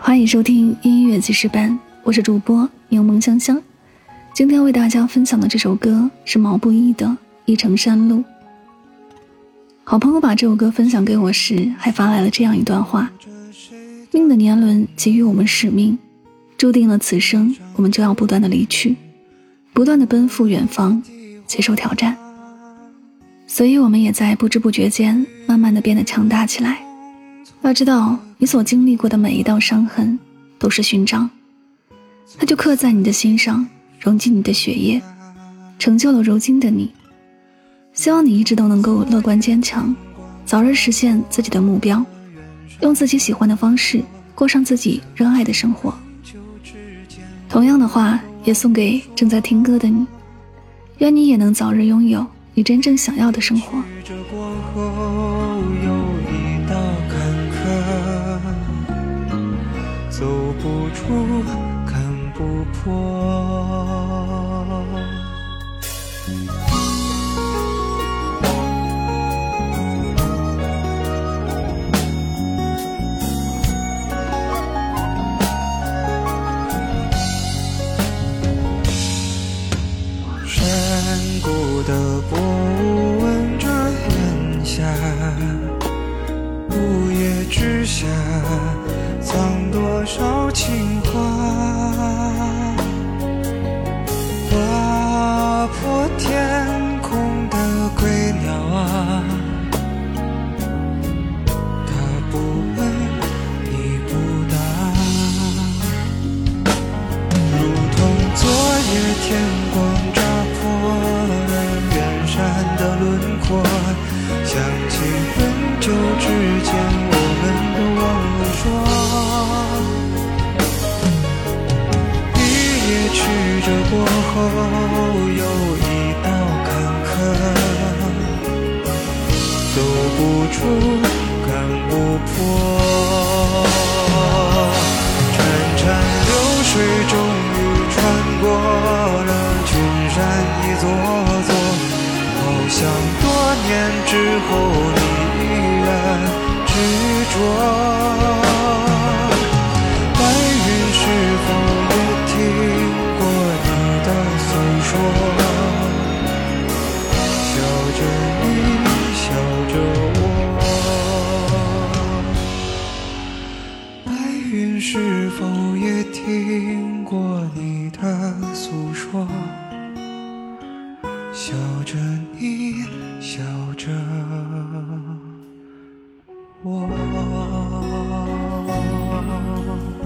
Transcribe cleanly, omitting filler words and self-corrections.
欢迎收听音乐记事班，我是主播柠檬香香。今天为大家分享的这首歌是毛不易的《一程山路》。好朋友把这首歌分享给我时，还发来了这样一段话：命的年轮给予我们使命，注定了此生我们就要不断的离去，不断的奔赴远方，接受挑战。所以我们也在不知不觉间慢慢的变得强大起来。要知道，你所经历过的每一道伤痕都是勋章，它就刻在你的心上，融进你的血液，成就了如今的你。希望你一直都能够乐观坚强，早日实现自己的目标，用自己喜欢的方式过上自己热爱的生活。同样的话也送给正在听歌的你，愿你也能早日拥有你真正想要的生活。 走不出，看不破。山谷的波纹着烟霞，午夜之下藏多少情话，划破天空的归鸟啊，它不问你不答，如同昨夜天光扎破了远山的轮廓，想起很久之前我们都忘了说，曲折过后有一道坎坷，走不出，看不破。潺潺流水终于穿过了群山一座座，好像多年之后你依然执着。白云是否也听笑着你，笑着我，白云是否也听过你的诉说？笑着你，笑着我。